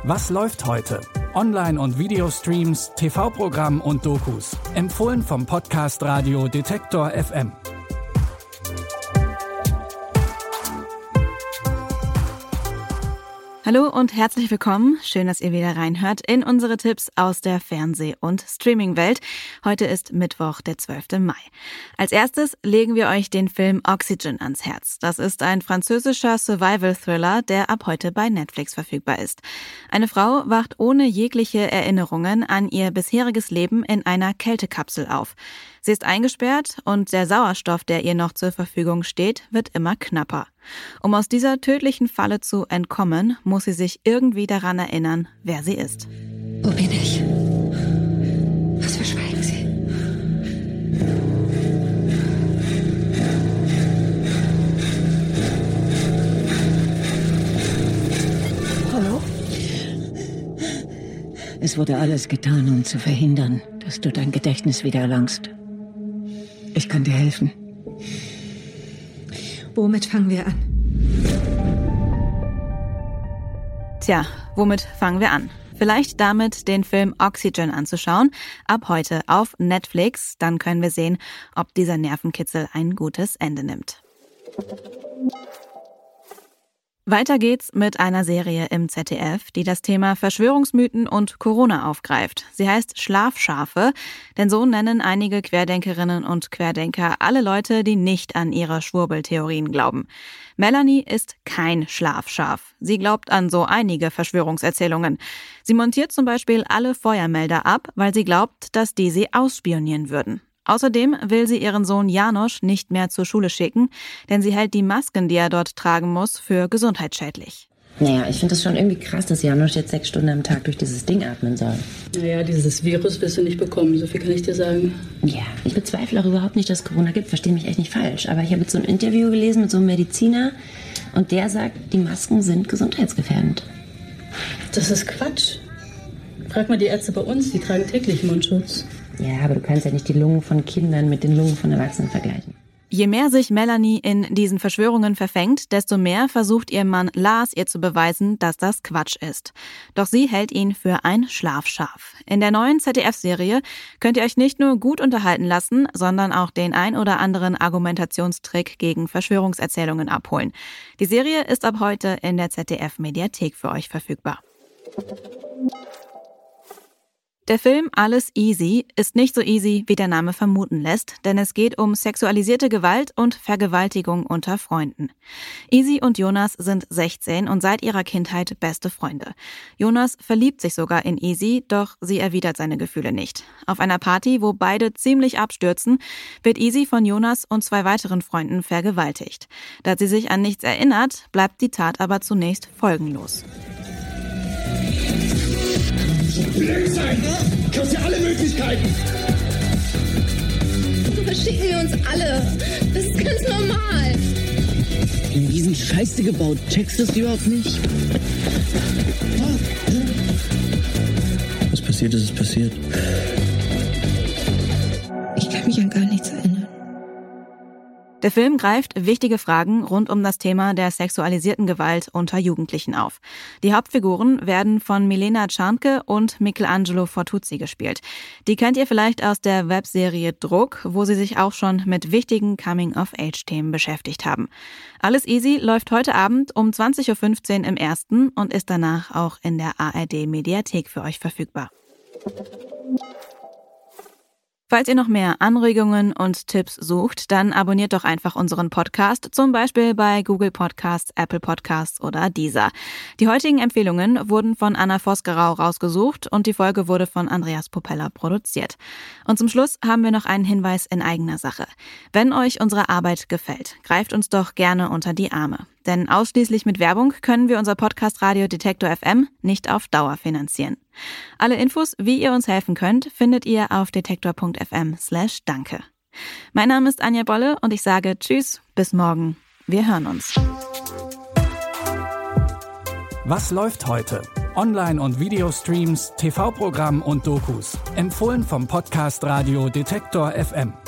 Was läuft heute? Online- und Videostreams, TV-Programm und Dokus. Empfohlen vom Podcast Radio Detektor FM. Hallo und herzlich willkommen. Schön, dass ihr wieder reinhört in unsere Tipps aus der Fernseh- und Streaming-Welt. Heute ist Mittwoch, der 12. Mai. Als erstes legen wir euch den Film Oxygen ans Herz. Das ist ein französischer Survival-Thriller, der ab heute bei Netflix verfügbar ist. Eine Frau wacht ohne jegliche Erinnerungen an ihr bisheriges Leben in einer Kältekapsel auf. Sie ist eingesperrt und der Sauerstoff, der ihr noch zur Verfügung steht, wird immer knapper. Um aus dieser tödlichen Falle zu entkommen, muss sie sich irgendwie daran erinnern, wer sie ist. Wo bin ich? Was verschweigen Sie? Hallo? Es wurde alles getan, um zu verhindern, dass du dein Gedächtnis wieder erlangst. Ich kann dir helfen. Womit fangen wir an? Tja, womit fangen wir an? Vielleicht damit, den Film Oxygen anzuschauen. Ab heute auf Netflix. Dann können wir sehen, ob dieser Nervenkitzel ein gutes Ende nimmt. Weiter geht's mit einer Serie im ZDF, die das Thema Verschwörungsmythen und Corona aufgreift. Sie heißt Schlafschafe, denn so nennen einige Querdenkerinnen und Querdenker alle Leute, die nicht an ihre Schwurbeltheorien glauben. Melanie ist kein Schlafschaf. Sie glaubt an so einige Verschwörungserzählungen. Sie montiert zum Beispiel alle Feuermelder ab, weil sie glaubt, dass die sie ausspionieren würden. Außerdem will sie ihren Sohn Janosch nicht mehr zur Schule schicken, denn sie hält die Masken, die er dort tragen muss, für gesundheitsschädlich. Naja, ich finde das schon irgendwie krass, dass Janosch jetzt 6 Stunden am Tag durch dieses Ding atmen soll. Naja, dieses Virus wirst du nicht bekommen, so viel kann ich dir sagen. Ja, ich bezweifle auch überhaupt nicht, dass es Corona gibt, verstehe mich echt nicht falsch. Aber ich habe jetzt so ein Interview gelesen mit so einem Mediziner und der sagt, die Masken sind gesundheitsgefährdend. Das ist Quatsch. Frag mal die Ärzte bei uns, die tragen täglich Mundschutz. Ja, aber du kannst ja nicht die Lungen von Kindern mit den Lungen von Erwachsenen vergleichen. Je mehr sich Melanie in diesen Verschwörungen verfängt, desto mehr versucht ihr Mann Lars ihr zu beweisen, dass das Quatsch ist. Doch sie hält ihn für ein Schlafschaf. In der neuen ZDF-Serie könnt ihr euch nicht nur gut unterhalten lassen, sondern auch den ein oder anderen Argumentationstrick gegen Verschwörungserzählungen abholen. Die Serie ist ab heute in der ZDF-Mediathek für euch verfügbar. Der Film Alles Easy ist nicht so easy, wie der Name vermuten lässt, denn es geht um sexualisierte Gewalt und Vergewaltigung unter Freunden. Easy und Jonas sind 16 und seit ihrer Kindheit beste Freunde. Jonas verliebt sich sogar in Easy, doch sie erwidert seine Gefühle nicht. Auf einer Party, wo beide ziemlich abstürzen, wird Easy von Jonas und 2 weiteren Freunden vergewaltigt. Da sie sich an nichts erinnert, bleibt die Tat aber zunächst folgenlos. Blöd sein! Du hast ja alle Möglichkeiten! So verschicken wir uns alle. Das ist ganz normal. In diesen Scheiße gebaut, checkst du es überhaupt nicht? Was passiert ist, ist passiert. Ich kann mich an gar nichts erinnern. Der Film greift wichtige Fragen rund um das Thema der sexualisierten Gewalt unter Jugendlichen auf. Die Hauptfiguren werden von Milena Czarnke und Michelangelo Fortuzzi gespielt. Die kennt ihr vielleicht aus der Webserie Druck, wo sie sich auch schon mit wichtigen Coming-of-Age-Themen beschäftigt haben. Alles Easy läuft heute Abend um 20.15 Uhr im Ersten und ist danach auch in der ARD-Mediathek für euch verfügbar. Falls ihr noch mehr Anregungen und Tipps sucht, dann abonniert doch einfach unseren Podcast, zum Beispiel bei Google Podcasts, Apple Podcasts oder Deezer. Die heutigen Empfehlungen wurden von Anna Vosgerau rausgesucht und die Folge wurde von Andreas Popella produziert. Und zum Schluss haben wir noch einen Hinweis in eigener Sache. Wenn euch unsere Arbeit gefällt, greift uns doch gerne unter die Arme. Denn ausschließlich mit Werbung können wir unser Podcast Radio Detektor FM nicht auf Dauer finanzieren. Alle Infos, wie ihr uns helfen könnt, findet ihr auf detektor.fm/danke. Mein Name ist Anja Bolle und ich sage Tschüss, bis morgen. Wir hören uns. Was läuft heute? Online- und Videostreams, TV-Programm und Dokus. Empfohlen vom Podcast Radio Detektor FM.